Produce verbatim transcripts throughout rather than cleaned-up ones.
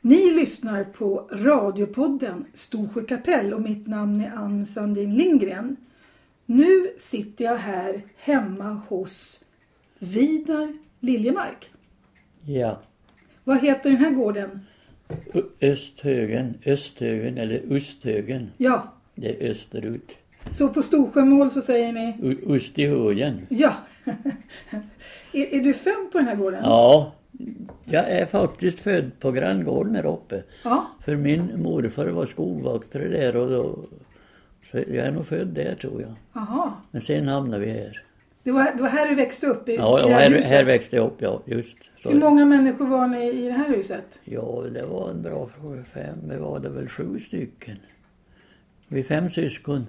Ni lyssnar på radiopodden Storsjö kapell och mitt namn är Ann Sandin Lindgren. Nu sitter jag här hemma hos Vidar Liljemark. Ja. Vad heter den här gården? Östhögen, Östhögen eller Östhögen. Ja. Det är österut. Så på Storsjömål så säger ni? U- Öst i högen. Ja. är, är du född på den här gården? Ja. Jag är faktiskt född på granngården här uppe. Ja. För min morfar var skogvaktare där och då... Så jag är nog född där tror jag. Aha. Men sen hamnade vi här. Det var, det var här du växte upp i, ja, i det här, här, huset? här växte jag upp, ja. Just. Så. Hur många människor var ni i det här huset? Ja, det var en bra fråga. Fem, det var det väl sju stycken. Vi är fem syskon.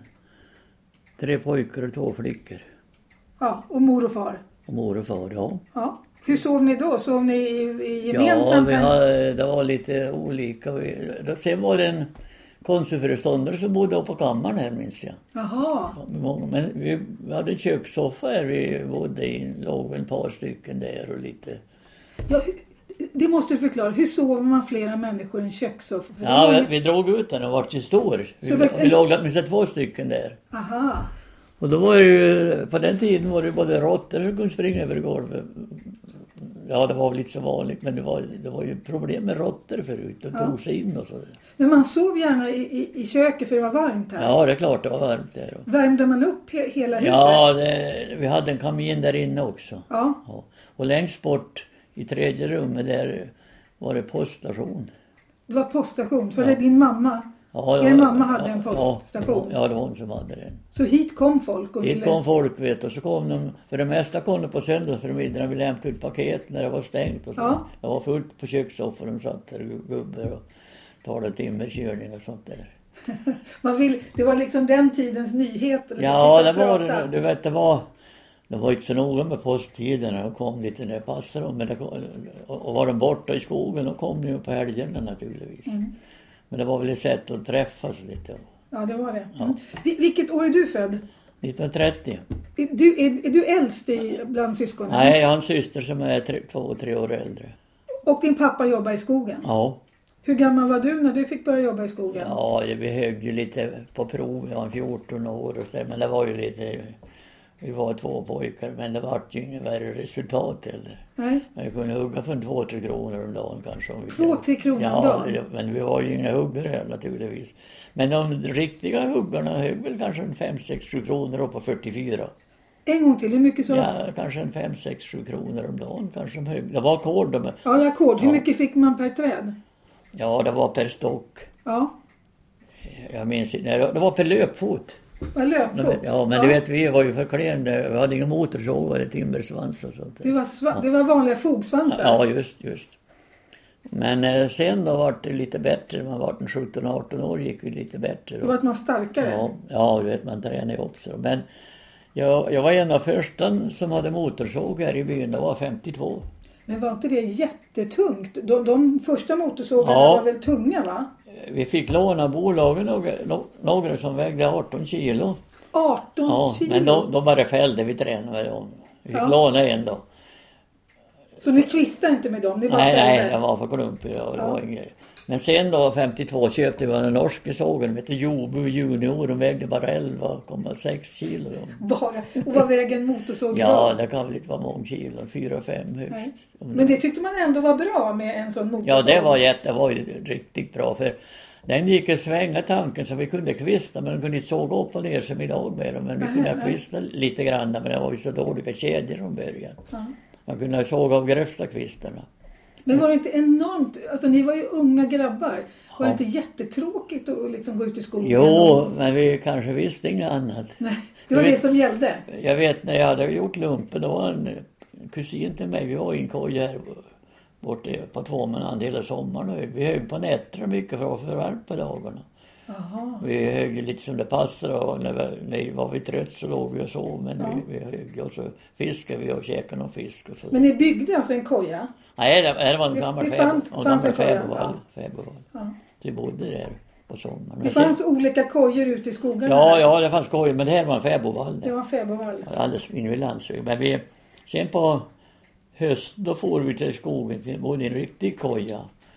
Tre pojkar och två flickor. Ja, och mor och far? Och mor och far, ja. Ja. Hur sov ni då? Sov ni i, i gemensamt? Ja, vi hade, det var lite olika. Vi, sen var det en konstföreståndare som bodde på kammaren här, minns jag. Jaha. Men vi hade en kökssoffa här, vi bodde i, låg väl ett par stycken där och lite... Ja, det måste du förklara. Hur sover man flera människor i en kökssoffa? Ja, vi, vi drog ut den och vart ju stor. Vi, Så vi, en... vi låg med två stycken där. Aha. Och då var det ju, på den tiden var det både råttor som kunde springa över golvet. Ja, det var väl lite så vanligt, men det var, det var ju problem med råttor förut och ja. tog sig in och så. Men man sov gärna i, i, i köket för det var varmt här. Ja, det är klart det var varmt där. Värmde man upp he, hela huset? Ja, det, vi hade en kamin där inne också. Ja. Ja. Och längst bort i tredje rummet där var det poststation. Det var poststation, för ja. det är din mamma. Ja, Er ja, mamma hade ja, en poststation. Ja, ja, det var hon som hade den. Så hit kom folk? Och hit ville... kom folk, vet du. Och så kom de, för det mesta kom de på söndag för middagen. Vi lämnade ut paket när det var stängt. Och så. Ja. Det var fullt på kökssoffor. De satt där gubbar och talade timmerkörning och sånt där. Man vill, det var liksom den tidens nyheter. Ja, det var det. Du vet, det var... Det var inte så noga med posttiderna. De kom lite när det passade dem. Men det kom, och var de borta i skogen och kom ju på helgerna naturligtvis. Mm. Men det var väl ett sätt att träffas lite. Ja, det var det. Ja. Mm. Vilket år är du född? nittonhundratrettio. Du, är, är du äldst i, bland syskonen? Nej, jag har en syster som är tre, två, tre år äldre. Och din pappa jobbar i skogen? Ja. Hur gammal var du när du fick börja jobba i skogen? Ja, vi högg ju lite på prov. Jag var fjorton år och så, men det var ju lite... Vi var två pojkar, men det var ju ingen värre resultat heller. Nej. Men vi kunde hugga för en två, tre kronor om dagen kanske. Om vi två, tre kronor ja, om dagen? Ja, men vi var ju inga huggare här naturligtvis. Men de riktiga huggarna högg väl kanske en fem, sex, sju kronor upp på fyrtiofyra. En gång till, hur mycket så? Ja, kanske en fem, sex, sju kronor om dagen kanske de högg. Det var ackord. De... Ja, ackord. Hur ja. mycket fick man per träd? Ja, det var per stock. Ja. Jag minns inte, det var per löpfot. Vad löpfot? Ja, men ja. du vet, vi var ju förklenade. Vi hade ingen motorsåg, var det timmersvans och sånt. Det var, sva- ja. det var vanliga fogsvansar? Ja, just, just. Men eh, sen då var det lite bättre. Man var en sjutton arton år gick vi lite bättre. Då var man starkare? Ja, ja, du vet, man tränade också. Men jag, jag var en av första som hade motorsåg här i byn. Det var femtiotvå. Men var inte det jättetungt? De, de första motorsågarna ja. var väl tunga, va? Vi fick låna bolagen några, några som vägde arton kilo. arton ja, kilo? Men de, de bara fällde, vi tränade med dem. Vi fick ja. låna en då. Så ni kvistade inte med dem? Ni bara nej, fällde? nej, det var för klumpig. Ja, det ja. var inget. Men sen då, femtiotvå, köpte vi den norska sågen. De hette Jobu Junior. De vägde bara elva komma sex kilo. Bara? Och vad väger en motorsåg ja, då? det kan väl inte vara många kilo. fyra fem högst. Nej. Men det tyckte man ändå var bra med en sån motorsåg? Ja, det var jätte, det var ju riktigt bra. För den gick att svänga tanken så vi kunde kvista. Men de kunde inte såga upp och ner som idag med dem. Men vi kunde kvista lite grann. Men det var ju så dåliga kedjor från början. Ja. Man kunde såga av grövsta kvistarna. Men var det inte enormt, alltså ni var ju unga grabbar, var ja. det inte jättetråkigt att liksom gå ut i skogen? Jo, men vi kanske visste inget annat. Nej, det var vet, det som gällde. Jag vet när jag hade gjort lumpen, då var en kusin till mig, vi var i en koja här borta på Tvåman hela sommaren. Vi högg på nätter mycket för att få varmt på dagarna. Aha. Vi högg lite som det passade och när vi, när vi var vi trött så låg vi och sov. Men ja. vi, vi högg och så fiskade vi och käkade någon fisk. Och så. Men ni byggde alltså en koja? Nej, det, det var en gammal fäbodvall. Det fanns, fanns en koja? Ja. Ja. Vi bodde där på sommaren. Det fanns sen, olika kojor ute i skogen? Ja, här. ja, det fanns kojor. Men det här var en fäbodvall. Det var en fäbodvall. Alldeles in vid landsväg. Men vi, sen på höst då får vi till skogen. Vi bodde i en riktig koja.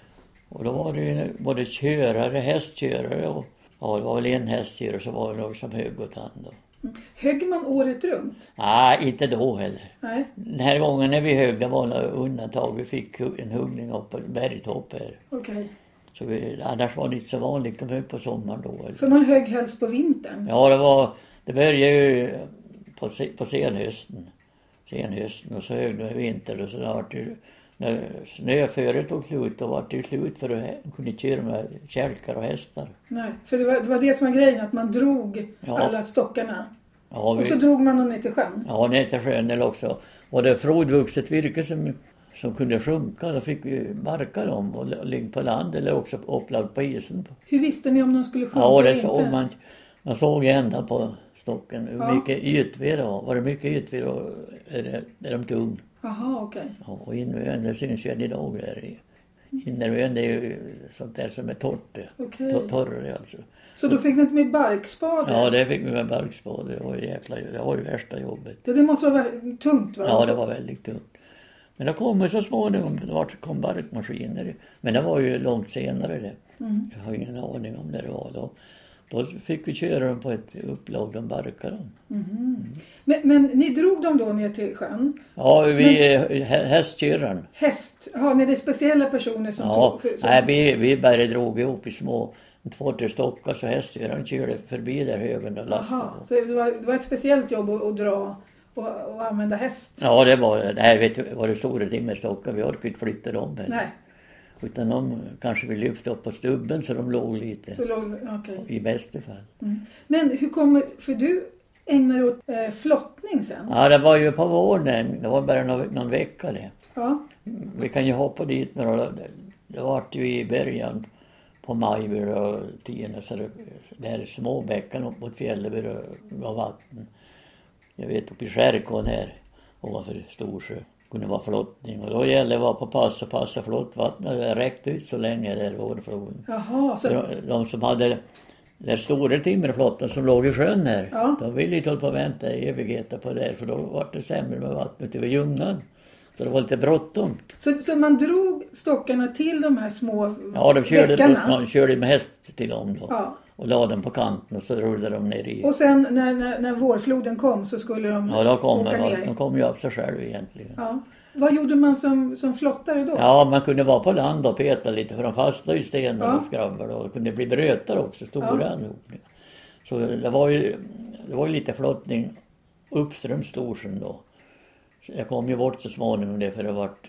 Och då var det ju både körare, hästkörare och ja, det var väl en hästkörare så var det någon som högg åt han då. Mm. Högg man året runt? Nej, inte då heller. Nej. Den här gången när vi högg, det var några undantag. Vi fick en huggning upp på bergtopp här. Okej. Okay. Så vi, annars var det inte så vanligt de högg på sommaren då. Eller? För man högg helst på vintern? Ja, det var, det började ju på, på senhösten. Senhösten och så högg det vinter och så var det när snöföret tog slut, då var det slut för att kunna köra med kälkar och hästar. Nej, för det var, det var det som var grejen, att man drog ja. alla stockarna. Ja, vi, och så drog man dem ner till sjön. Ja, ner till sjön eller också. Och det frodvuxet virke som, som kunde sjunka, då fick vi barka dem och ligga på land eller också upplagd på isen. Hur visste ni om de skulle sjunka ja, det eller såg inte? Man, man såg ända på stocken hur ja. mycket ytved det var. Var det mycket ytved och är, det, är de tung. Jaha, okej. Okay. Ja, och innervön, det syns ju än idag där i. Innervön, det är ju sånt där som är torrt. Okay. Torrare alltså. Så då fick ni med barkspade? Ja, det fick vi med barkspade. Det var ju jäkla, det var ju värsta jobbet. Ja, det måste vara tungt va? Ja, det var väldigt tungt. Men det kom så småningom, det kom barkmaskiner. Men det var ju långt senare det. Mm. Jag har ingen aning om när det var då. Då fick vi köra dem på ett upplag, de barkade dem. Mm. Mm. Men, men ni drog dem då ner till sjön? Ja, vi men, hästköraren. Häst? Ja, när det är speciella personer som ja, tog? För, som... Nej, vi, vi bara drog ihop i små två, tre stockar så hästköraren körde förbi där högen och lastade. Aha, så det var, det var ett speciellt jobb att, att dra och, och använda häst? Ja, det var det. Här vet du, var det stora timmerstockar, vi orkade inte flytta dem här. Nej. Utan de kanske vi lyfte upp på stubben så de låg lite. Så låg, okay. I bästa fall. Mm. Men hur kommer, för du ägnar åt eh, flottning sen? Ja, det var ju på våren. Det var bara någon, någon vecka det. Ja. Vi kan ju hoppa dit några, det, det var ju i början på maj och tiden så det, det här små bäcken upp mot fjället och vatten. Jag vet uppe i Skärkån här ovanför Storsjö kunde vara flottning och då gällde det att vara på pass och passa flottvattnet. Det räckte ut så länge där vårfloden. Jaha, så... de, de som hade den stora timmerflottan som låg i sjön här, ja. de ville inte hålla på att vänta i evigheter på det för då var det sämre med vattnet över Ljungan. Så det var lite bråttom. Så, så man drog stockarna till de här små ja, de körde, bäckarna? Ja, de körde med häst till dem då. Ja. Och la dem på kanten och så rullade de ner i. Och sen när, när, när vårfloden kom så skulle de ja, då kom åka de, ner? de kom ju av sig själv egentligen. Ja. Vad gjorde man som, som flottare då? Ja, man kunde vara på land och peta lite för de fastnade ju stenar ja. och skrabbar och det kunde bli brötar också, stora ja. anhopningar. Så det var ju, det var ju lite flottning uppström Storsjön då. Så jag kom ju bort så småningom det för det var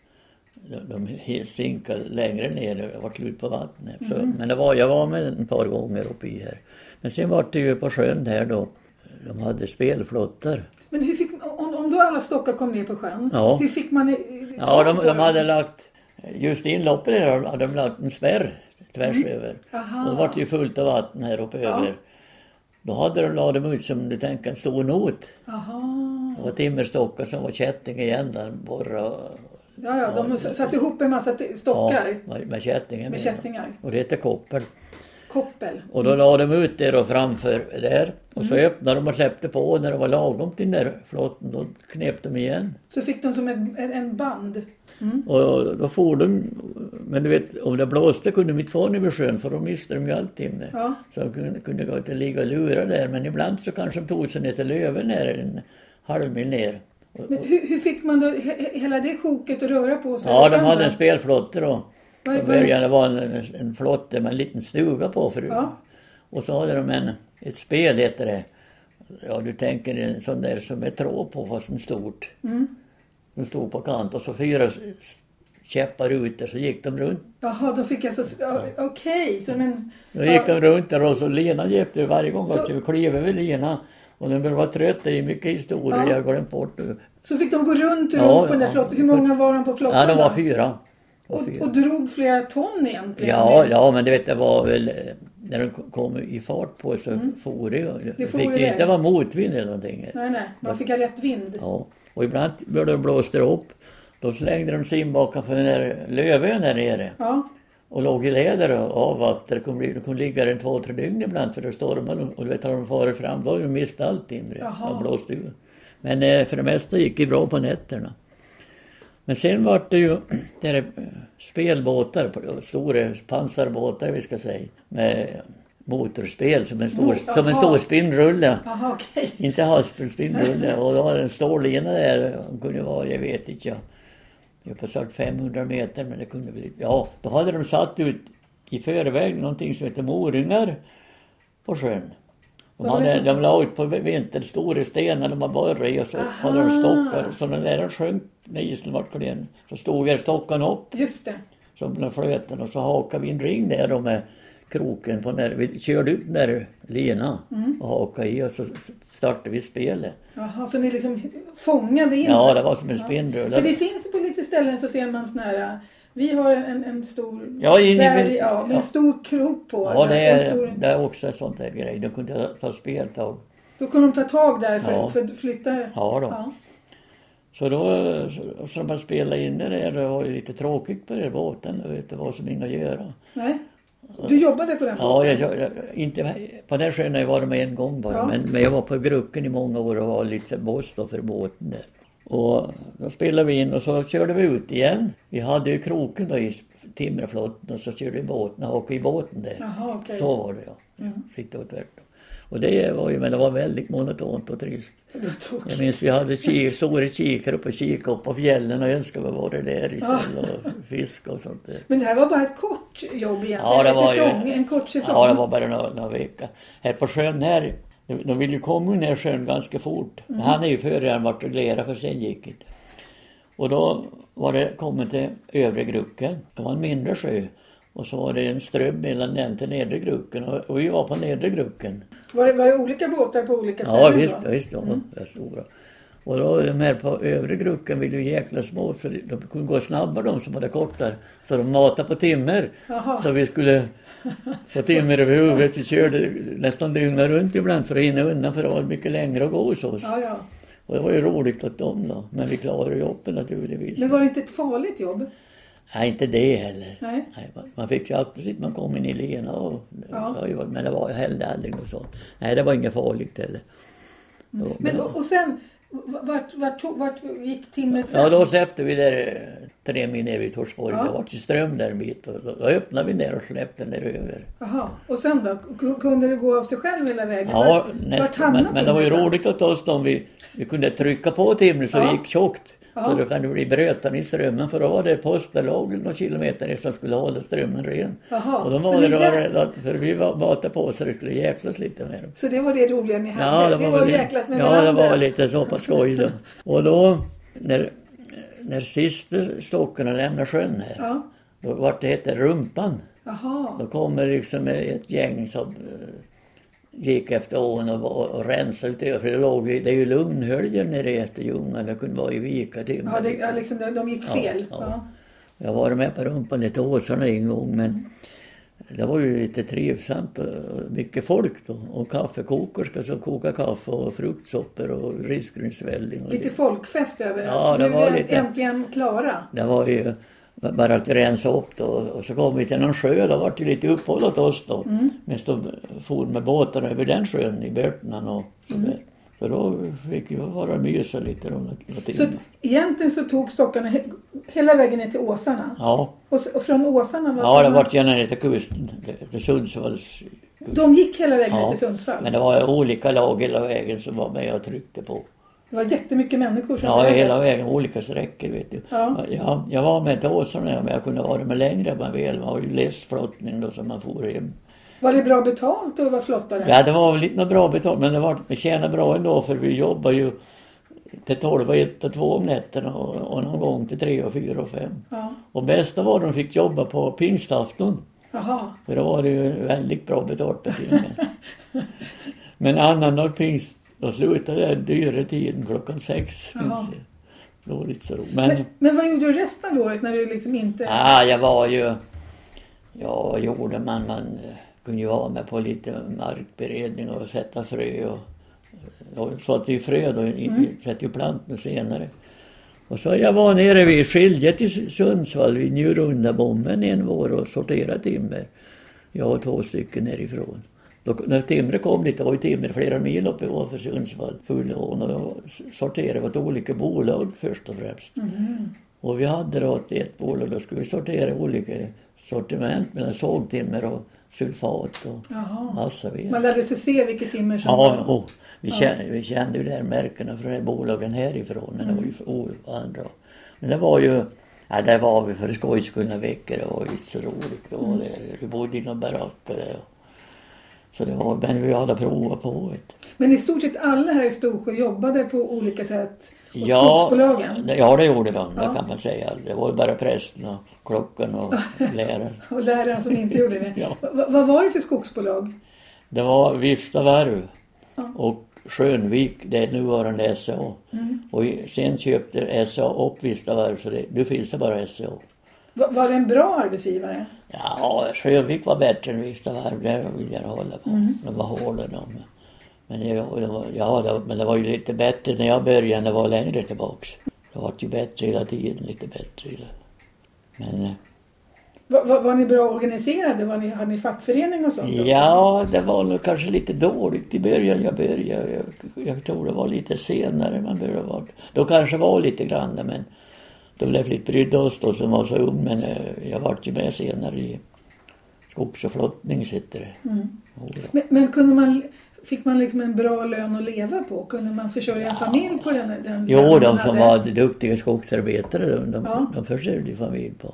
de, de sinkade längre ner, det var slut på vattnet. Så, mm. Men det var, jag var med ett par gånger uppe i här. Men sen var det ju på sjön här då, de hade spelflottar. Men hur fick, om, om då alla stockar kom ner på sjön, ja. hur fick man ja, de, de hade lagt, just inloppet där hade de lagt en spärr tvärs mm. över. Aha. Och det var ju fullt av vatten här uppe ja. över. Då hade de lagt dem ut som du tänker en stor not. Aha. Det var timmerstockar som var kätting igen där borra. Ja, ja, de ja, satte ihop en massa stockar. Ja, med kättingar. Med kättingar. Och det heter koppel. Koppel. Mm. Och då lade de ut det och framför där. Och så mm. öppnade de och släppte på när det var lagom till den där flotten. Då knep de igen. Så fick de som en, en, en band. Mm. Och då får de, men du vet, om det blåste kunde de inte få ner vid sjön för då miste de ju alltid. Ja. Så de kunde, kunde gå till ligga och lura där. Men ibland så kanske de tog sig ner till Löven ner, en halv mil ner. Men hur, hur fick man då he, hela det sjoket att röra på sig? Ja, de hade en spelflotte då. Vad, vad började det var en, en flotte med en liten stuga på förut. Ja. Och så hade de en, ett spel heter det. Ja, du tänker en sån där som är tråd på fast en stort. Mm. Den stod på kant och så fyra käppar ut där så gick de runt. Jaha, då fick jag så, okej. Okay, som en... Då gick de runt där och så Lena hjälpte varje gång att du klev över Lena. Och den började vara trött, det är mycket historia, ja. Jag går den bort nu. Så fick de gå runt och ja, runt på den där flottan. Hur många var de på flottan? Ja, de var fyra. Och, och drog flera ton egentligen? Ja, ja, men det vet jag var väl, när de kom i fart på så mm. for det. Det, det fick ju inte vara motvind eller någonting. Nej, nej, man fick ha rätt vind. Ja, och ibland började de blåste upp. Då slängde de sig in bakom för den där Lövön där nere. Ja. Och låg i läder och avvaktade. De kunde ligga där en två, tre dygn ibland för då står de och du vet har de farit fram. Då har de mist allt inre. De blåste ju. Men eh, för det mesta gick det bra på nätterna. Men sen var det ju där spelbåtar, stora pansarbåtar vi ska säga, med motorspel som en stor, oh, som en stor spinnrulle. Aha, okay. Inte halsspel, spinnrulle. Och då var det en stållinje där, det kunde vara, jag vet inte, jag, jag har sagt femhundra meter, men det kunde bli, ja, då hade de satt ut i förväg någonting som heter moringar på sjön. De, hade, de la ut på vintern stora stenar de har borrat i och så Aha. hade de stockar. Så när de sjönk, när isen var klen, så stod där stockarna upp. Just det. Som den flöten och så hakade vi en ring där då med kroken på när vi körde ut den där lina mm. och hakade i och så startade vi spelet. Jaha, så ni liksom fångade in? Ja, det var som en spindrulle. Så det finns på lite ställen så ser man sån här... Vi har en, en stor ja, in, berg, ja, med ja. en stor krok på. Ja, det är, stor... det är också ett sånt där grej. De kunde ta, ta speltag. Då kunde de ta tag där för, ja. för att flytta? Ja, då. Ja. Så då, så, så man spelade in det där, det var ju lite tråkigt på den båten. Jag vet inte vad som inga att göra. Nej. Du jobbade på den båten? Ja, jag, jag, inte, på den sjön har jag varit med en gång bara. Ja. Men, men jag var på Grucken i många år och var lite boss då för båten där. Och då spelade vi in och så körde vi ut igen. Vi hade ju kroken då i timmerflotten och så körde vi båten och åkte i båten där. Aha, okay. Så var det ja. Mm. Sitta och tvärtom. Och det var ju, men det var väldigt monotont och trist. Jag minns vi hade kik, stora kikar uppe och kika upp på fjällen och önskade vi var det där istället och fisk och sånt där. Men det här var bara ett kort jobb egentligen? Ja, det var säsong, ju, en kort säsong? Ja, det var bara några, några veckor. Här på sjön här, de ville ju komma ner sjön ganska fort. Mm. Han är ju före han varit reglerad för sen gick det. Och då var det kommit till övre Grucken. Det var en mindre sjö. Och så var det en ström mellan den till nedre Grucken. Och vi var på nedre Grucken. Var det, var det olika båtar på olika ställen? Ja visst, då? visst ja, mm. det är stora. Och då de här på övre Grucken ville ju jäkla små. För de kunde gå snabbare de som hade kortar. Så de matade på timmer. Aha. Så vi skulle få timmer över huvudet. Vi körde nästan dygna runt ibland för att hinna undan. För det var mycket längre att gå hos oss. Ja, ja. Och det var ju roligt åt dem då. Men vi klarade jobbet naturligtvis. Men var det inte ett farligt jobb? Nej, inte det heller. Nej. Nej, man fick ju alltid man kom in i lena och ja. Men det var heller aldrig något sånt. Nej, det var inget farligt heller. Mm. Men och, och sen vart, vart, vart gick timmet sen? Ja, då släppte vi där tre mil ner vid Torsborg. Ja. Det var till ström där en bit. Och då öppnade vi ner och släppte den där över. Jaha, och sen då? Kunde det gå av sig själv hela vägen? Ja, nästan. Men, men det var ju roligt åt oss om vi, vi kunde trycka på timret så ja. det gick tjockt. Ja. Så då kan det bli brötan i strömmen för då var det posterlag några kilometer som skulle hålla strömmen ren. Aha. Och då var det då rädda för vi var matade på så det skulle jäklas lite med dem. Så det var det roliga ni hade? Ja, det var, det var det, jäklas med ja, varandra? Ja, det var lite så på skoj då. Och då, när, när sista stockarna lämnade sjön här, ja. då var det hette Rumpan. Aha. Då kommer liksom ett gäng som gick efter ån och, och, och rensade ut det. För det, låg, det är ju lugnhöljer nere efter Ljungan. Det kunde vara i vika till. Ja, det, ja liksom, de gick fel. Ja, ja. Ja. Jag var med på Rumpan lite åsarna en gång. Men det var ju lite trivsamt. Och mycket folk då. Och kaffekokerska som kokade kaffe och fruktsoppor och risgrynsvälling. Och lite det. Folkfest över det. Ja, det nu var är lite. Äntligen klara. Det var ju bara att rensa upp då. Och så kom vi till någon sjö. Då var det lite uppehåll åt oss då. Mm. Men stod for med båtarna över den sjön i Börtnan och sådär. Mm. Så då fick vi vara mysa lite. Då, så egentligen så tog stockarna he- hela vägen ner till Åsarna? Ja. Och, och från Åsarna? Var ja, det var gärna ner till kusten. Till Sundsvalls kust. De gick hela vägen ja. ner till Sundsvall? Men det var olika lag hela vägen som var med och tryckte på. Det var jättemycket människor som ja, vägdes. Hela vägen, olika sträckor vet du. Ja. Jag, jag var med till Åsarna men jag kunde vara med längre man väl. Det var ju läsflottning då som man får hem. Var det bra betalt och var flottare? Ja, det var väl lite bra betalt men det var vi tjänade bra ändå för vi jobbar ju till tolv och ett och två om nätterna och, och någon gång till tre och fyra och fem. Ja. Och bästa var de fick jobba på pingstafton. Jaha. För då var det ju väldigt bra betalt på tiden. Men annan dag pingst då slutade jag dyra tiden klockan sex. Det var lite så roligt. Men, men, men vad gjorde du resten av året när du liksom inte... Ja, ah, jag var ju... Ja, vad gjorde man? Man kunde ju vara med på lite markberedning och sätta frö. Och, och så att vi frö då, mm. sätter ju plantorna senare. Och så jag var nere vid skiljet i Sundsvall vid Njurundabommen en vår och sorterade timmer. Jag och två stycken nerifrån. Då, när timmer kom dit, det var ju timmer flera mil uppe i för Sundsvall, Fullån, och då sorterade vi åt olika bolag först och främst. Mm. Och vi hade då ett bolag, då skulle vi sortera olika sortiment mellan sågtimmer och sulfat och Jaha. massaved. Man lärde sig se vilket timmer som Ja, var. och vi, kände, vi kände ju där märkena från de här bolagen härifrån, men Mm. det var ju för andra. Men det var ju, ja, där var vi för skojs skull veckor, det var ju så roligt. Och Mm. där, vi bodde i någon barack där. Så det var, men vi hade provat på det. Men i stort sett alla här i Storsjö jobbade på olika sätt åt Ja, skogsbolagen. det- ja, det gjorde de, Ja. det kan man säga. Det var ju bara prästen och klockan och läraren. Och läraren som inte gjorde det. Ja. Va- vad var det för skogsbolag? Det var Vifstavarv Ja. och Skönvik, det är nuvarande S A. Mm. Och i- sen köpte S A upp Vifstavarv, så det, nu finns det bara S A. Va- var det en bra arbetsgivare? Ja, Skönvik var bättre än Vifstavarv, det vill jag hålla på. Mm. De var hårda de. Men, jag, det var, ja, det, men det var ju lite bättre när jag började än det var längre tillbaks. Det var ju bättre hela tiden, lite bättre. Men eh, Va- va- var ni bra organiserade? Var ni, hade ni fackförening och sånt också? ja, det var nog kanske lite dåligt i början. Jag började, jag, jag tror det var lite senare man började vara. Då kanske var lite grann, men då blev vi lite brydda oss då som var så ung. Men eh, jag var ju med senare i skogs- och flottning sitter det. Mm. Jodå. Men, men kunde man, fick man liksom en bra lön att leva på? Kunde man försörja en familj på den, den Jo, lönen de man som hade? var duktiga skogsarbetare, de, de, Ja. de försörjde familj på,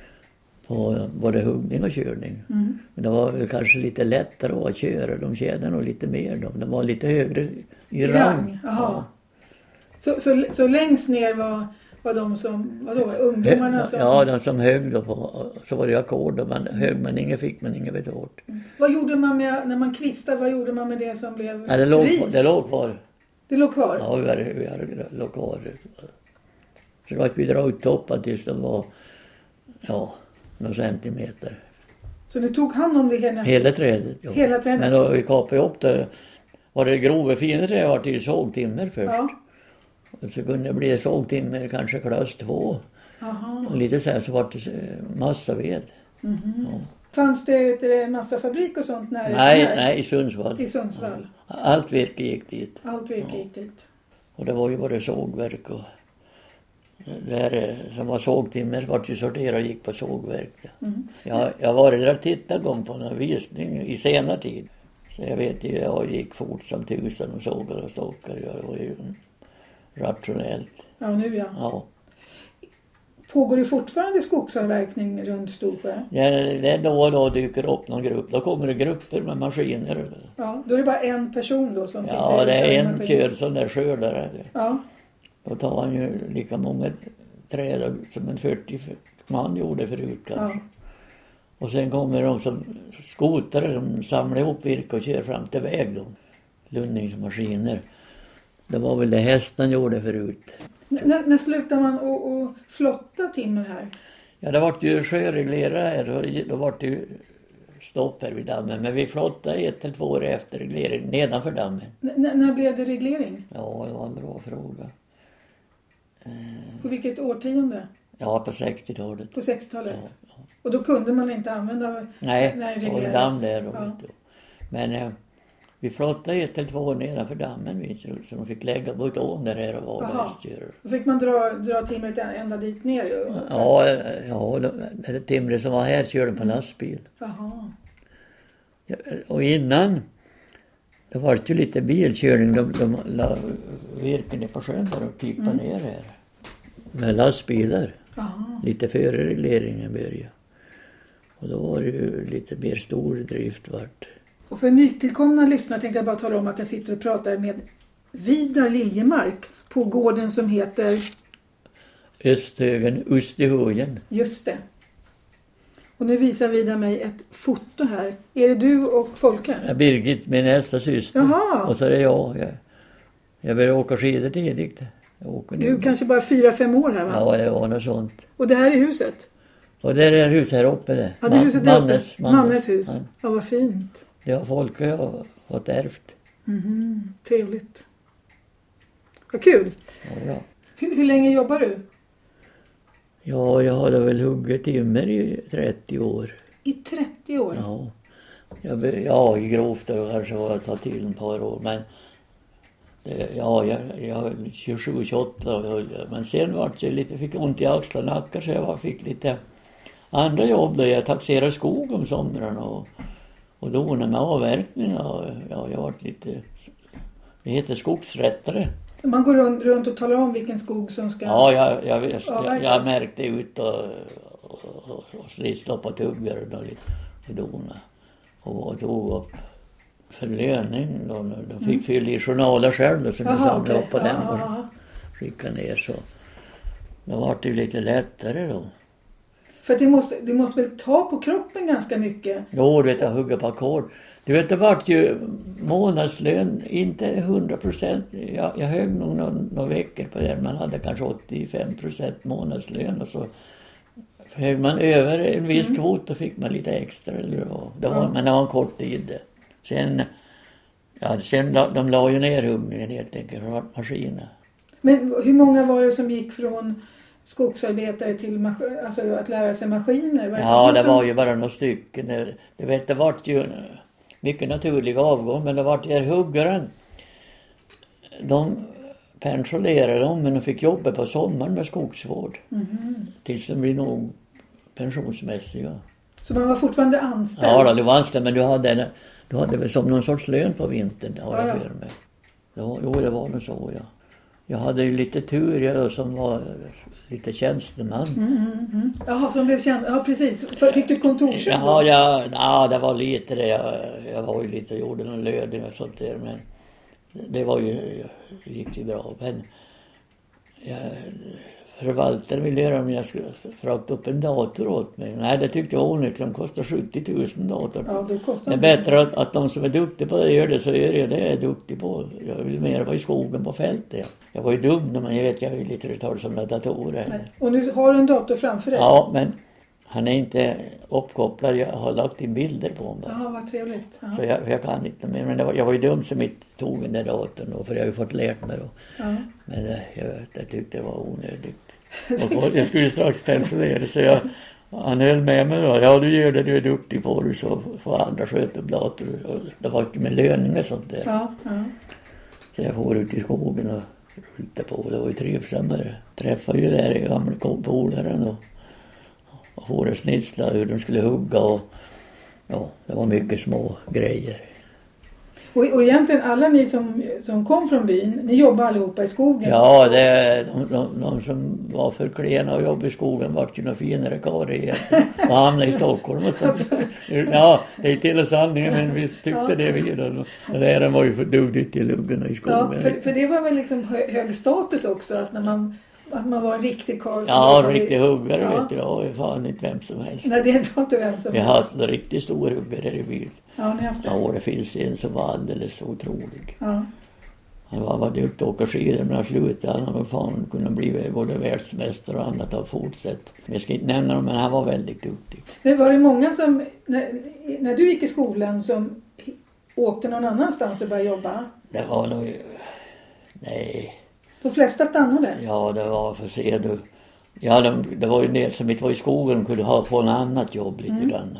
på både huggning och körning. Mm. Men det var väl kanske lite lättare att köra. De tjänade nog lite mer. De, de var lite högre i rang. Rang, jaha. Så, så, så längst ner var, var de som, vadå, ungdomarna som... Ja, de som högg då på, så var det ackord. Och man högg men ingen fick man ingen vet bort. Vad gjorde man med, när man kvistade, vad gjorde man med det som blev Ja, det, låg, ris? det låg kvar. Det låg kvar? Ja, vi hade, vi hade låg kvar. Så då att vi dra ut toppen tills det var, ja, några centimeter. Så ni tog hand om det hela? Hela trädet, ja. Hela trädet? Men då vi kapade upp det, var det grova fina träd var det ju sågtimmer först. Ja. Och så kunde det bli sågtimmer, kanske klass två. Aha. Och lite så här så var det massa ved. Mhm. Ja. Fanns det, vet du, massafabrik och sånt nära? Nej, här? nej, i Sundsvall. I Sundsvall? Ja. Allt virke gick dit. Allt virke Ja. gick dit. Och det var ju bara sågverk och det här som var sågtimmer var ju sorterat och gick på sågverk. Mm. Jag, jag var där och tittade en gång på en visning i senare tid. Så jag vet ju, jag gick fort som tusen och sågar och stockar. Jag var ju rationellt. Ja, nu ja. Ja. Pågår det fortfarande skogsavverkning runt Storsjö? Ja, det är då och då dyker upp någon grupp. Då kommer det grupper med maskiner. Ja, då är det bara en person då som sitter Ja, och det kör är en maskin. kör sån där skördare. Ja, Då tar han ju lika många träd som en fyrtio man gjorde förut kanske. ja. Och sen kommer de som skotare, de samlar ihop virke och kör fram till väg då. Lundningsmaskiner. Det var väl det hästen gjorde förut. N- när, när slutar man att att flotta timmer här? Ja, det var ju sjöreglerare här och då var det ju stopp här vid dammen. Men vi flottade ett eller två år efter reglering nedanför dammen. N- n- när blev det reglering? Ja, det var en bra fråga. På vilket årtionde? Ja, på sextiotalet. På sextiotalet? Ja, ja. Och då kunde man inte använda... Nej, när det var en reglerades. damm där då. Ja. Vet du. Men eh, vi flottade ett eller två år nedanför dammen vet du, så de fick lägga mot ån där här och var Jaha. hästgörare. Då fick man dra, dra timret ända dit ner? ju. Ja, ja det timret som var här körde på lastbil. Jaha. Ja, och innan, det var ju lite bilkörning, de, de la virken på sjön där och tippade Mm. ner här. Med lastbilar, Jaha. lite före regleringen började. Och då var det ju lite mer stor drift vart. Och för nytillkomna lyssnare tänkte jag bara tala om att jag sitter och pratar med Vidar Liljemark på gården som heter... Östhögen, Ustehögen. Just det. Och nu visar Vidar mig ett foto här. Är det du och Folke? Ja, Birgit, min äldsta syster. Jaha. Och så är det jag. Jag, jag började åka skidor tidigt. Jag åker Du är nu. kanske bara fyra, fem år här va? Ja, det var något sånt. Och det här är huset? Och där är huset här uppe det. Ja, det är huset där uppe. Mannes, Mannes hus. Ja. Ja, vad fint. Det har folk och jag har fått ärvt. Mhm, trevligt. Vad kul. Ja, bra. Hur, hur länge jobbar du? Ja, jag hade väl huggit timmer i trettio år. I trettio år? Ja, jag, be- ja i grovt då kanske var jag ta till en par år. Men Det, ja, jag, jag tjugosju tjugoåtta, men sen var det lite, fick ont i axlar och nackar så jag fick lite andra jobb där jag taxerade skog om somrarna och, och donade med avverkning. Och, ja, jag var lite, det heter skogsrättare. Man går runt, runt och talar om vilken skog som ska... Ja, jag, jag, jag, jag, jag märkte ut och, och, och, och slippa tuggar och, och dona. Och, och tog upp förlöning. De, de fick mm. fylla i journaler själv som jag samlade okay. upp på den och skickade ner. Så då var det lite lättare då. För det måste, det måste väl ta på kroppen ganska mycket? Jo, du vet, jag hugga på ackord. Du vet, det vart ju månadslön, inte hundra procent. Jag, jag högg nog någon, några veckor på det. Man hade kanske åttiofem procent månadslön och så högg man över en viss mm. kvot och fick man lite extra. Eller det var, ja. Men det var en kort tid. Sen, ja, sen de la ju ner huggningen helt enkelt från maskiner. Men hur många var det som gick från skogsarbetare till mas- alltså att lära sig maskiner? Var ja, det som... var ju bara några stycken. Det, det, vet, det var ju mycket naturlig avgång, men det var ju huggaren. De pensionerade dem, men de fick jobba på sommaren med skogsvård. Mm. Tills de blev nog pensionsmässiga. Så man var fortfarande anställd? Ja, då, du var anställd, men du hade, du hade väl som någon sorts lön på vintern. Har jag för mig. Det var, jo, det var nog så, ja. Jag hade ju lite tur jag som var lite tjänsteman. Mm, mm, mm. Jaha, som blev tjänst... Ja, precis. Fick du kontorsjobb? Ja, ja, ja, det var lite det. Jag, jag var ju lite, gjorde någon lödning och sånt där. Men det var ju, gick ju bra. Men jag, förvaltaren ville göra om jag skulle frakta upp en dator åt mig. Nej, det tyckte jag var onödigt. De kostar sjuttio tusen dator. Ja, det kostar det är bättre att, att de som är duktiga på det gör det, så gör jag det jag är duktig på. Jag vill mer vara i skogen på fältet. Jag var ju dum när man, jag vet, jag är lite retard som där datorer. Nej. Och nu har du en dator framför dig? Ja, men han är inte uppkopplad. Jag har lagt in bilder på honom. Ja, vad trevligt. Aha. Så jag, jag kan inte mer. Men det var, jag var ju dum som inte tog den där datorn då, för jag har ju fått lärt mig då. Ja. Men jag, jag tyckte det var onödigt. Och jag skulle strax pensionera, så jag, han höll med mig då. Ja, du gör det, du är duktig på det, så får andra sköta upp dator. Och det var inte med löning och sånt där. Ja, ja. Så jag får ut i skogen och rullade på. Det var ju trivsammare. Träffade ju där i gamla polaren och, och får det snitsla hur de skulle hugga. Och, ja, det var mycket små grejer. Och, och egentligen alla ni som, som kom från byn, ni jobbar allihopa i skogen? Ja, det, de, de, de som var för klena och jobbade i skogen var ju några finare karlar igen. Och hamnade i Stockholm. Och så, ja, det är till sanningen, men vi tyckte ja. det vidare. Och det där var ju för dugligt till luggarna i skogen. Ja, för, för det var väl liksom hö, hög status också, att när man... Att man var en riktig karl. Ja, en riktig huggare, ja. Vet du. Det var ju fan inte vem som helst. Nej, det var inte vem som helst. Vi har haft en riktigt stor huggare i byn. Ja, ni har haft det. Ja, det finns en som var alldeles otrolig. Ja. Han var, var duktig att åka skidor, men han slutade. Han var fan kunnat bli både världsmästare och annat av fortsätt. Jag ska inte nämna dem, men han var väldigt duktig. Men var det många som, när, när du gick i skolan, som åkte någon annanstans och började jobba? Det var nog... Nej... De flesta stannade? Ja, det var för se du. Ja, de, det var ju en del som inte var i skogen kunde ha få en annat jobb lite mm. grann.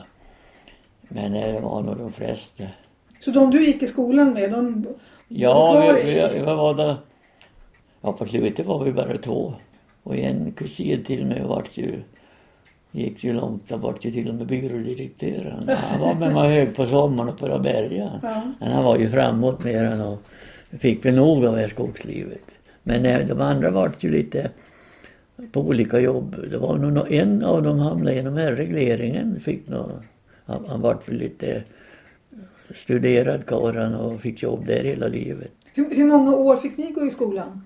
Men det var nog de flesta. Så de du gick i skolan med, de ja, vi, vi, vi var där. Ja, på slutet var vi bara två. Och en kusin till mig vart ju, gick ju långt, där vart ju till och med byrådirektören. Han var med mig hög på sommaren och på Raberga. Ja. Men han var ju framåt mer än och fick vi nog av det här skogslivet. Men nej, de andra var ju lite på olika jobb. Det var nog en av dem hamnade genom här regleringen. Fick nog, han, han var väl lite studerad karan och fick jobb där hela livet. Hur, hur många år fick ni gå i skolan?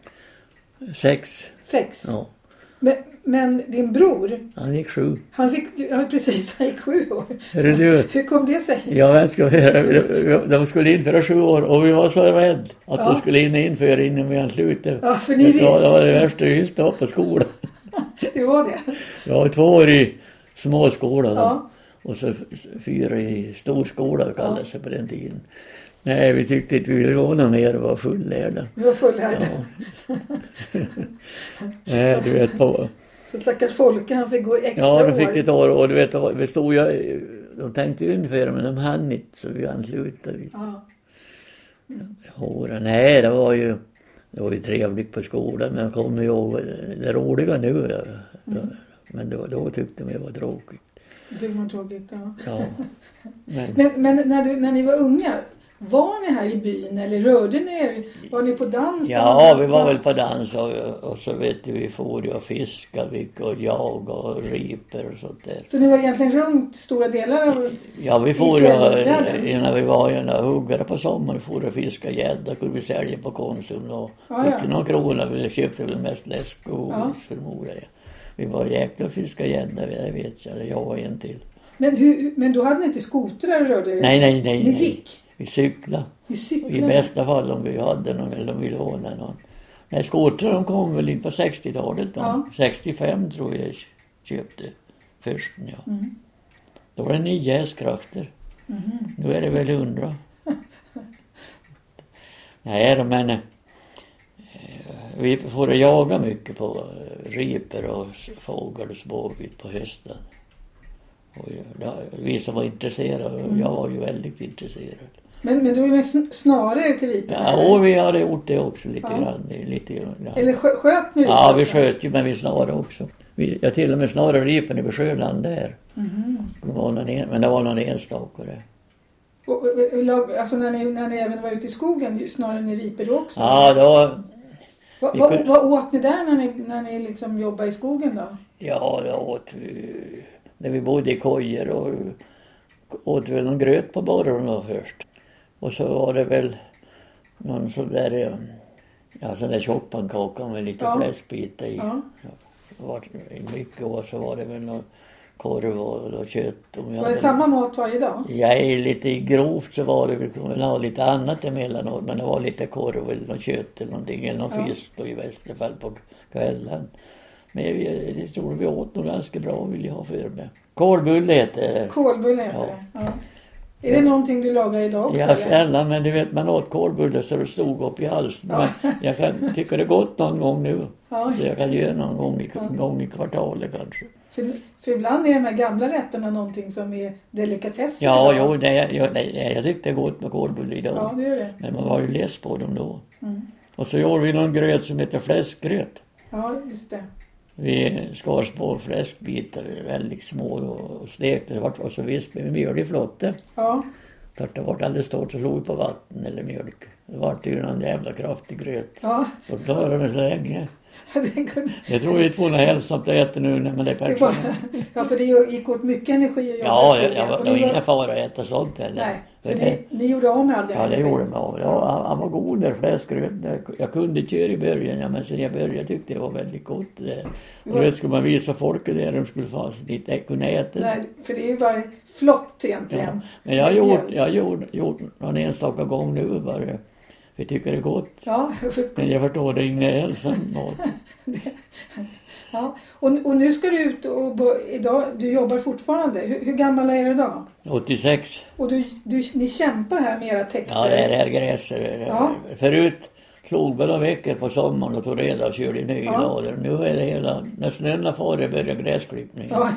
Sex. Sex? Ja. Men, men din bror? Han gick sju. Han fick, ja precis, han gick sju år. Du? Hur kom det sig? Ja, men ska vi, de skulle införa sju år och vi var så rädda att ja. de skulle in införa innan vi anslutade. Ja, för ni det, var, det var det värsta vi visste upp på skolan. Det var det? Ja, två år i småskola då. Ja. Och så fyra i storskola kallades det ja. på den tiden. Nej, vi tyckte inte vi ville gå någon mer och var fullärda. Vi var fullärda. Ja. Nej, du vet på... Så stackars Folke, han fick gå extra år. Ja, de fick år. ett år och du vet, vi stod ju, de tänkte införa men de hann inte så vi anslutade. Ja. Jo, nej, det var ju det var ju trevligt på skolan, men jag kommer ihåg det roliga nu. Ja. Mm. Men det var, då tyckte jag det var tråkigt. Det var tråkigt, ja. Ja. Men, men, men när, du, när ni var unga, var ni här i byn eller rörde ni er? Var ni på dans? Ja, på vi var väl på dans och, och så vet du, vi får ju och fiska och jag och riper och sånt där. Så ni var egentligen runt stora delar av Ja, vi får ju, när vi var ju när huggare på sommaren, får och fiska gädda, kunde vi sälja på Konsum och ja, ja. fick någon krona, vi köpte väl mest läsk och ja. förmodar jag. Vi var jäkla fiska gädda, det vet jag, jag var en till. Men, hur, men då hade ni inte skotrar och rörde er? Nej, nej, nej. Ni gick? Vi cyklade. Vi cyklade? I bästa fall om vi hade någon eller om vi lånade någon. Nej, skotrar de kom väl in på sextiotalet då. Ja. sextiofem tror jag köpte först. Ja. Mm. Då var det nio hästkrafter. Mm. Nu är det väl hundra. Nej, men eh, vi får jaga mycket på riper och fågel och småvilt på hösten. Och ja, vi som var intresserade, och jag var ju väldigt intresserad. Men, men du är med snarare till ripen? Ja, och vi hade gjort det också lite ja. grann. Lite grann. Eller skö, sköt ni Ja, vi sköt ju, men vi snarare också. Vi, jag till och med snarare ripen i Sjöland där. Mm. Det var någon en, men det var någon enstaka där. Och, alltså när ni, när ni även var ute i skogen, snarare ni riper då också? Ja, då... Vad, vad, vad åt ni där när ni, när ni liksom jobbade i skogen då? Ja, det åt vi... När vi bodde i kojer och åt väl någon gröt på morgonen först. Och så var det väl någon sån där, ja, sån där tjockpannkaka med lite ja. fläskbitar i. Ja. Så var det mycket och så var det väl någon korv och, och kött. Och var det hade... samma mat varje dag? Ja, lite grovt så var det, vi kunde väl ha lite annat emellanåt, men det var lite korv eller någon kött eller någonting, eller någon ja. fisk då i bästa fall på kvällen. Men vi, det tror vi åt nog ganska bra, vill jag ha för mig. Kålbulle heter det. Kålbulle heter ja. det, ja. Är det någonting du lagar idag också? Ja, sällan, men du vet, man åt kålbulle så det stod upp i halsen. Ja. Men jag kan tycka det är gott någon gång nu. Ja, så jag kan göra någon gång i, ja. gång i kvartalet kanske. För, för ibland är de här gamla rätterna någonting som är delikatesser. Ja, jo, det, jag, jag, jag tyckte det är gott med kålbulle idag. Ja, det är det. Men man var ju less på dem då. Mm. Och så gjorde vi någon gröt som heter fläskgröt. Ja, just det. Vi skar små fläskbitar, väldigt små och stekte och så vispade vi mjöl i flotte. Ja. För det var alldeles stort så slog vi på vatten eller mjölk. Det var ju någon jävla kraftig gröt. Ja. Och klarade det så länge. kunde... Jag tror vi två har hälsamt att äta nu när man är pensionär. Ja, för det gick åt mycket energi att jobba ja, i skogen. Ja, det var inga var... fara att äta sånt heller. Nej, för, för ni, ni gjorde av med all Ja, det gjorde man av. Ja, han var god där, fläskgröt. Jag kunde köra i början, ja, men sen jag började tyckte det var väldigt gott. Det. Och det skulle man visa folket där, de skulle fast inte kunna äta. Nej, för det är ju bara flott egentligen. Ja, men jag har gjort, jag har gjort, gjort någon enstaka gång nu bara. Vi tycker det är gott. Ja, för... Men jag förstår det inga hälsan mat. Ja, och, och nu ska du ut och idag, du jobbar fortfarande. Hur, hur gammal är du idag? åttiosex. Och du, du, ni kämpar här med era täkter? Ja, det är här gräser. Ja. Förut slog väl några veckor på sommaren och tog reda och körde i nya ja. lader. Nu är det hela, när snön far börjar gräsklippningen. Ja.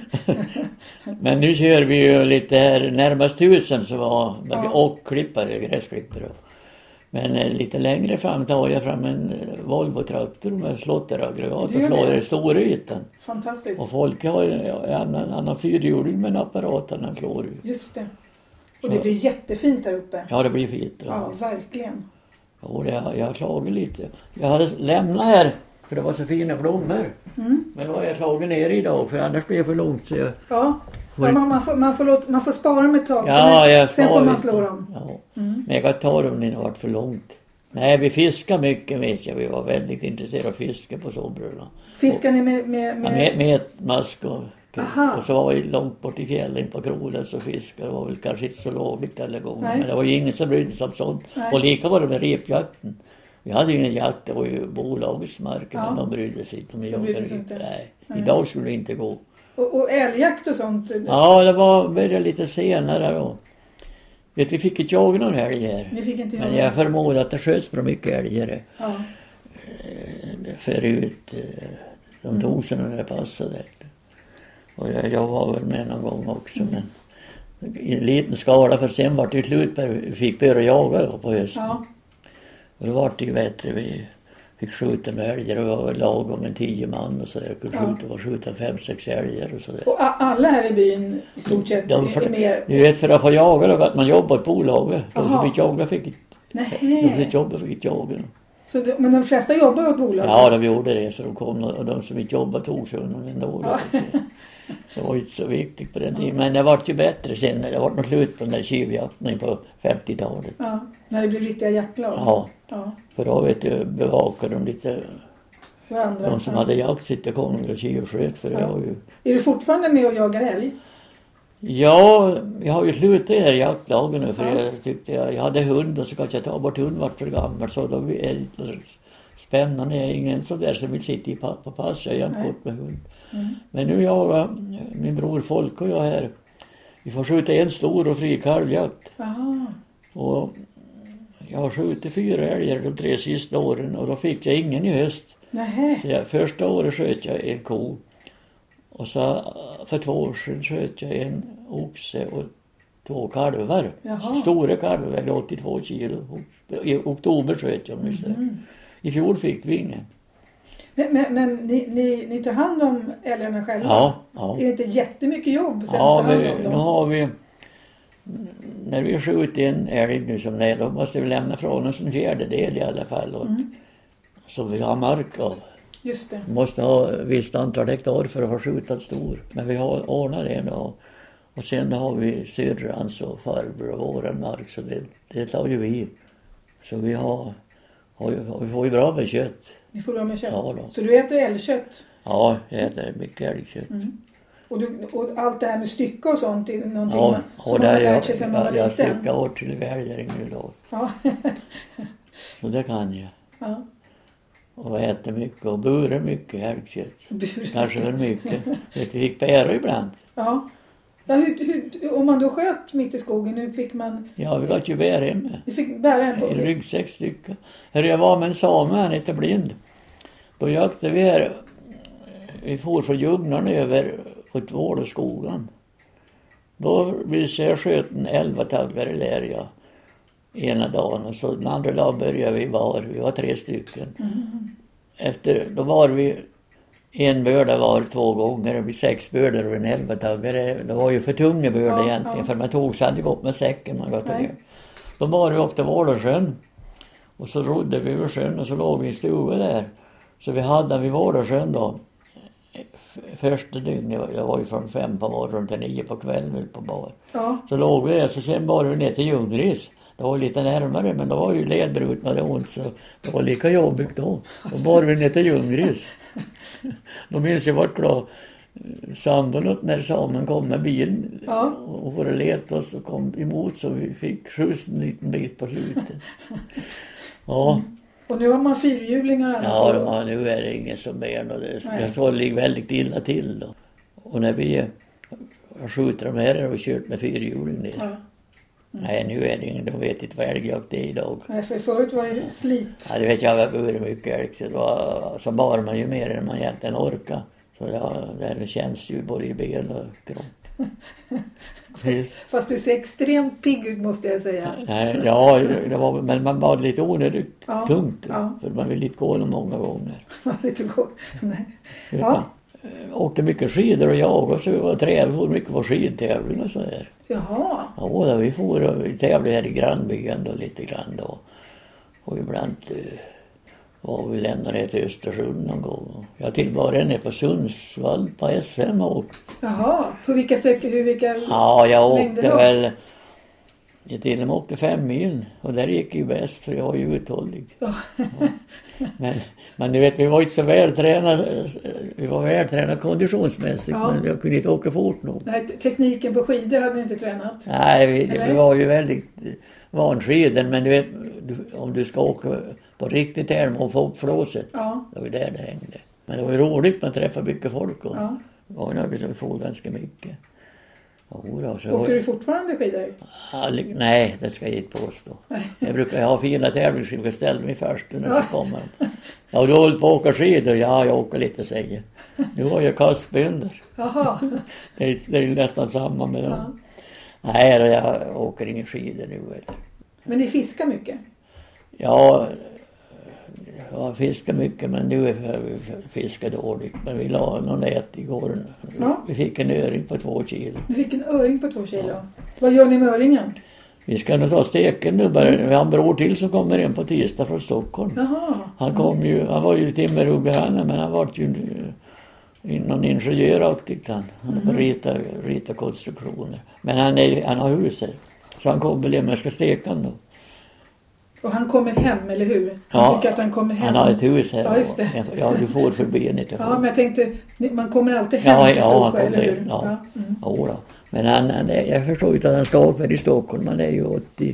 Men nu kör vi ju lite här närmast husen så var ja. och klippare, gräsklippare. Men eh, lite längre fram tar jag fram en eh, Volvo-traktor med slotteraggregat och slår det stora ytan. Fantastiskt. Och folk har en annan, annan fyrhjuling med en apparat den slår ut. Just det. Och så. Det blir jättefint här uppe. Ja, det blir fint. Ja, ja verkligen. Ja, det, jag har slagit lite. Jag hade lämnat här för det var så fina blommor. Mm. Men då har jag slagit ner idag för annars blir det för långt så jag... Ja. Ja, man, man, får, man, får låta, man får spara dem ett tag, ja, sen, sen får man slå dem. Ja. Mm. Men jag kan ta dem när det har varit för långt. Nej, vi fiskar mycket vet jag. Vi var väldigt intresserade av fiska på somrarna. Fiskar ni med... med, med... Ja, med, med mask och... Aha. Och så var vi långt bort i fjällen på krolen så fiskade. Det var väl kanske inte så lovligt alla gånger. Nej. Men det var ju ingen som brydde sig om sånt. Nej. Och lika var det med repjakten. Vi hade ju ingen jakt, det var ju bolagsmarken. Ja. Men de brydde sig inte. De brydde sig inte. Nej. Nej. Idag skulle det inte gå. Och, och älgjakt och sånt? Ja, det var började lite senare då. Vet vi fick inte jaga någon älg här. Ni fick inte jaga. Men jag förmodar att det sköts bra mycket älgare. Ja. Förut. De tog sig när det passade. Och jag, jag var väl med någon gång också. Mm. Men i en liten skala, för sen var det ju slut på vi fick börja jaga då på hösten. Ja. Och då var det ju bättre. Vi fick skjuta med älgar och vi var lag om en tio man och så där. Kunde Ja. skjuta och skjuta fem, sex älgar och så där. Och a- alla här i byn i stort sett De för, är med? ni vet, för att få jaga då att man jobbar på bolaget. De Aha. som fick jaga fick ett, de som Nej. fick jobba fick ett jaga. Så det, men de flesta jobbar åt bolaget? Ja, de gjorde det så de kom och de som inte jobbade tog sig undan ändå. Ja. Det var inte så viktigt på den tiden. Men det var ju bättre sen. Det var något slut på den där tjuvjakten på femtiotalet. Ja, när det blev riktiga jaktlag? Ja, Ja. för då vet du, bevakade de lite, Varandra. de som Ja. hade jaktsituationer och tjuvsköt. För det Ja. var ju... Är du fortfarande med och jagar älg? Ja, jag har ju slutat i det här jaktlagen nu för Ja. jag tyckte jag, jag hade hund och så kanske jag ta bort hund vart för gammal så då är det lite spännande. Jag är ingen så där som vill sitta i pa- på pass, jag är jämt Nej. bort med hund. Mm. Men nu jag, min bror Folk och jag här, vi får skjuta en stor och fri kalvjakt. Aha. Och jag har skjutit fyra älgar de tre sista åren och då fick jag ingen i höst. Nähä. Så jag, första året sköt jag en ko. Och så för två år sedan sköt jag en oxe och två kalvar. Jaha. Stora kalvar, åttiotvå kilo. I oktober sköt jag dem istället. Mm. I fjol fick vi ingen. Men, men, men ni, ni, ni tar hand om älgarna själva? Ja, ja. Är det inte jättemycket jobb sen Ja, att ta hand vi, om nu dem? har vi... När vi skjuter en älg nu som det är, då måste vi lämna från oss en fjärdedel i alla fall. Och, Mm. så vi har mark av. Just det. Vi måste ha ett visst antal hektar för att få skjuta stor. Men vi har ordnat det då. Och sen har vi syrrans och farbror och våran mark, så det, det tar ju vi. Så vi har, har, ju- vi får ju bra med kött. Ni får bra med kött. Ja då. Så du äter älgkött? Ja, jag äter mycket älgkött. Mm. Och, du, och allt det här med stycka och sånt är någonting Ja, man, och som man där har jag, lärt sig sedan man var jag, jag liten? styckar åt till väljare nu då. Ja. Så det kan jag. Ja. Och äter mycket och burar mycket älgkött. Bur. Kanske väl mycket. Vi fick bära ibland. Ja. Ja, hur, hur, om man då sköt mitt i skogen, hur fick man... Ja, vi got ju bära hemma. Vi fick bära en på... I ryggsäck stycken. Här jag var med en same, han heter Blind. Då jaktade vi här. Vi for från Ljungnan över på ett vård och skogen. Då blev så jag sköt en elva taggare där jag. Ena dagen och så den andra dagen började vi var. Vi var tre stycken. Mm. Efter, då var vi en börda var två gånger. Det blev sex bördor och en elva taggare. Det var ju för tunga bördor Ja, egentligen. ja. För man tog sig aldrig upp med säcken. Man gått Nej. ner. Då var vi upp till Vårdarsjön. Och så rodde vi över sjön och så låg vi i stugan där. Så vi hade vid Vårdarsjön då. f- Första dygnet, jag var ju från fem på morgonen till nio på kvällen på bar. Ja. Så låg vi där, så sen bar vi ner till Ljungris. Det var lite närmare, men då var ju ledbrut med det ont, så det var lika jobbigt då. Då bar vi ner till Ljungris. Då minns jag vart då sambon när samen kom med bilen Ja. och våra let oss och kom emot, så vi fick skjuts en liten bit på slutet. Ja, Och nu har man fyrhjulingar och annat. ja, och- ja, nu är det ingen som bär och det, Nej. det så ligger väldigt illa till då. Och när vi eh, skjuter de här och kört med fyrhjuling ner. Ja. Nej, nu är det ingen, de vet inte vad älgjakt är idag. Nej, för förut var det slit. Ja, det vet jag, jag var mycket älg, så det var, så bar man ju mer än man egentligen orkar. Så ja, det känns ju både i ben och kropp. Visst. Fast du ser extremt pigg ut, måste jag säga. Nej, ja, det var, men man var lite onödigt Ja, tungt. ja. För man vill inte gå dem många gånger. Lite god. Nej. Ja. Ja. Åkte mycket skidor och jag och så vi var trevligt, for mycket på skidtävling och så där. Jaha. Ja, då, vi for och vi tävlade här i grannbyn då lite grann då. Och ibland eh, var vi lämnade ner till Östersund någon gång. Jag till var ner på Sundsvall på S M och åkt. Jaha. På vilka sträckor, hur, vilka... Ja, jag längder åkte då? väl... Jag till och med åkte fem mil. Och där gick ju bäst, för jag var ju uthållig. Ja. Men, men du vet, vi var inte så vältränade. Vi var vältränade konditionsmässigt, Ja. men jag kunde inte åka fort nog. Nej, te- tekniken på skidor hade ni inte tränat. Nej, vi, Eller? vi var ju väldigt vanskiden, men du vet, du, om du ska åka på riktigt här och få upp flåset, Ja. det var ju där det hängde. Men det var ju roligt, man träffade mycket folk och Ja. det var ju något som vi får ganska mycket. Jo, då, så Åker var, du fortfarande skidor? All, nej, det ska jag inte påstå. Nej. Jag brukar ha fina tävlingsskidor, jag ställer mig först när så kommer de. Ja, du håller på att åka skidor? Ja, jag åker lite, säger jag. Nu har jag kastbönder. Jaha. Det är, det är nästan samma med dem. Ja. Nej, jag åker ingen skidor nu. Men ni fiskar mycket? Ja, jag fiskar mycket, men nu är fiskar dåligt. Men vi la någon nät igår. Ja. Vi fick en öring på två kilo. Ni fick en öring på två kilo? Ja. Vad gör ni med öringen? Vi ska nog ta steken nu. Bara. Vi har en bror till som kommer in på tisdag från Stockholm. Jaha. Han kom ju, han var ju timmerhuggare, men han var ju någon ingenjöraktigt. Han han mm. rita, rita konstruktioner. Men han, är, han har huset. Så han kommer väl hem, jag ska steka han då. Och han kommer hem, eller hur? Han Ja, tycker att han kommer hem. Han har ett hus här. Ja, just det. Ja, du får förbi en lite. Ja, men jag tänkte, man kommer alltid hem ja, till ja, Storsjö, han kommer, eller hur? Ja, ja. Mm. ja då. Men han, han är, jag förstår inte att han ska åka i Stockholm. Han är ju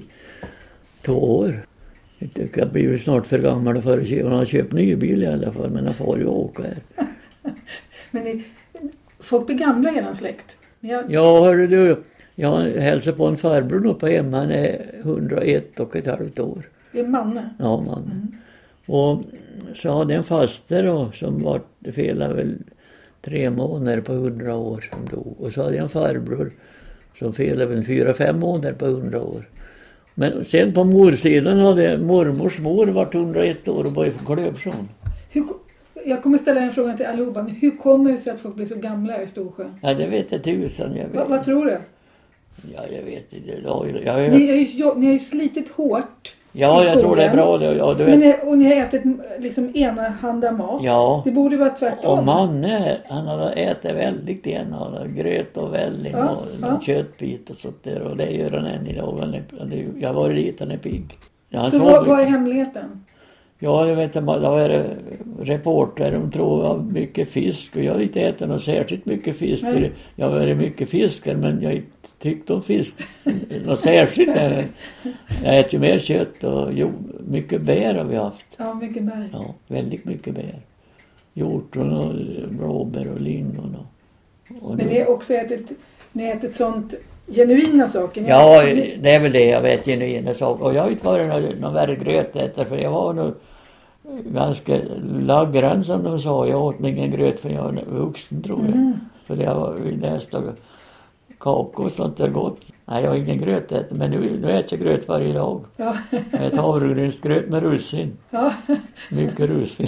åttiotvå år. Jag kan bli ju snart för gammal för att köpa. Han har köpt ny bil i alla fall, men han får ju åka här. Men ni, folk blir gamla i eran släkt? Har... Ja, hörru du. Jag hälsar på en farbror nu på hemma. Han är hundraett och ett halvt år. Det är Manne? Ja, Manne. Mm. Och så hade en faster då, som var, det felade väl tre månader på hundra år som dog. Och så hade jag en farbror som felade väl fyra, fem månader på hundra år. Men sen på morsidan hade mormors mor varit hundraett år och var från Klövsjön. Hur, jag kommer ställa en fråga till allihopa. Men hur kommer det sig att folk blir så gamla i Storsjö? Ja, det vet jag tusan. Jag vet. Va, vad tror du? Ja, jag vet inte. Jag, jag, jag, ni, har ju, ni har ju slitit hårt. Ja, jag tror det är bra. Ja, du vet. Men ni, och ni har ätit liksom enahanda mat. Ja. Det borde vara tvärtom. Och Manne, han har ätit väldigt enahanda. Gröt och välling ja, och ja. köttbit och sånt där. Och det gör han än idag. Han är, han är, jag var dit, han är pigg. Ja, så vad, vad är hemligheten? Ja, jag vet inte. Då är det reporter. De tror jag har mycket fisk. Och jag har inte ätit något särskilt mycket fisk. Nej. Jag har varit mycket fiskar, men jag tyckte om fisk något särskilt. Jag äter ju mer kött och jo, mycket bär har vi haft. Ja, mycket bär. Ja, väldigt mycket bär. Hjortron och blåbär och lingon. Och, och men ni har också ätit, ni har ätit sånt genuina saker? Ni ja, har, ni... det är väl det jag vet, genuina saker. Och jag har inte varit någon, någon värre grötätare, för jag var nog ganska laggrann som de sa. Jag åt ingen gröt för jag är vuxen, tror jag. Mm. För jag var nästa kakor och sånt är gott. Nej, jag har ingen gröt äter, men nu, nu äter jag gröt varje dag. Ja. Jag äter havregrynsgröt med russin. Ja. Mycket russin.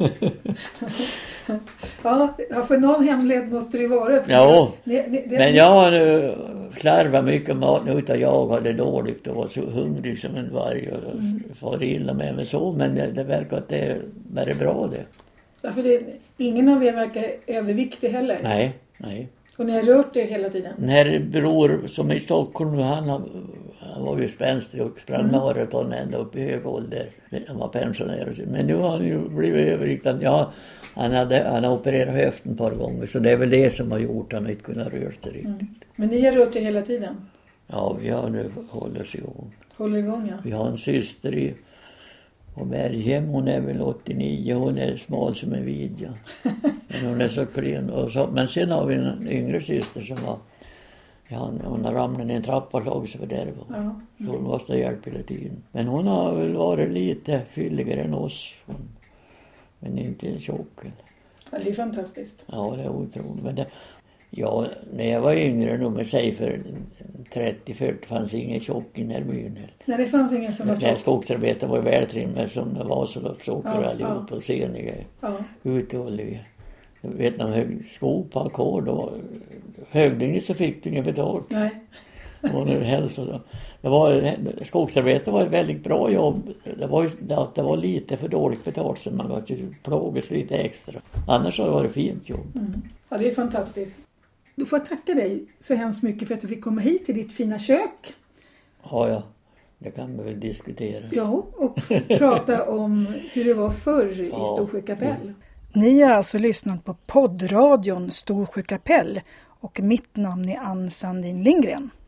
Ja, för någon hemlighet måste det vara. För ja, det, det, det, men jag har nu slarvat mycket mat nu utan jag hade dåligt och var så hungrig som en varg och mm. far illa med mig så. Men det, det verkar att det är, det är bra det. Ja, för det, ingen av er verkar överviktig heller. Nej, nej. Och ni har rört er hela tiden? När bror som är i Stockholm, han, han var ju spänstig och sprang mm. maraton ända upp i hög ålder. Han var pensionär. Men nu har han ju blivit överriktad. Ja, han, hade, han har opererat höften ett par gånger. Så det är väl det som har gjort att han inte kunnat röra sig riktigt. Mm. Men ni har rört er hela tiden? Ja, vi har nu håller sig igång. Håller igång, ja. Vi har en syster i och Berghem, hon är väl åttionio, hon är smal som en vidja. Men hon är så klen. Och så, men sen har vi en yngre syster som var, ja, hon har ramlat i en trappa och slagit sig för där. Ja. Mm. Så hon måste ha hjälp hela tiden. Men hon har väl varit lite fylligare än oss. Hon, men inte tjock. Ja, det är fantastiskt. Ja, det är otroligt. Men det, ja, när jag var yngre, nog med sig för trettio fyrtio, fanns ingen tjock i den här byn. Nej, det fanns ingen som var tjock. Skogsarbetare var vältrimmade som Vasaloppsåkare ja, allihop ja. och seniga. Ja. Uthålliga. Jag vet när hög skog på ackord och högdygnet så fick du inget betalt. Nej. Och nu hälsa. Det var, skogsarbete var ett väldigt bra jobb. Det var ju att det var lite för dåligt betalt så man var ju plågas lite extra. Annars har det varit fint jobb. Mm. Ja, det är fantastiskt. Då får jag tacka dig så hemskt mycket för att du fick komma hit till ditt fina kök. Ja, ja. Det kan man väl diskutera. Ja, och prata om hur det var förr i ja. Storsjö kapell. Ni har alltså lyssnat på poddradion Storsjö kapell och mitt namn är Ann Sandin Lindgren.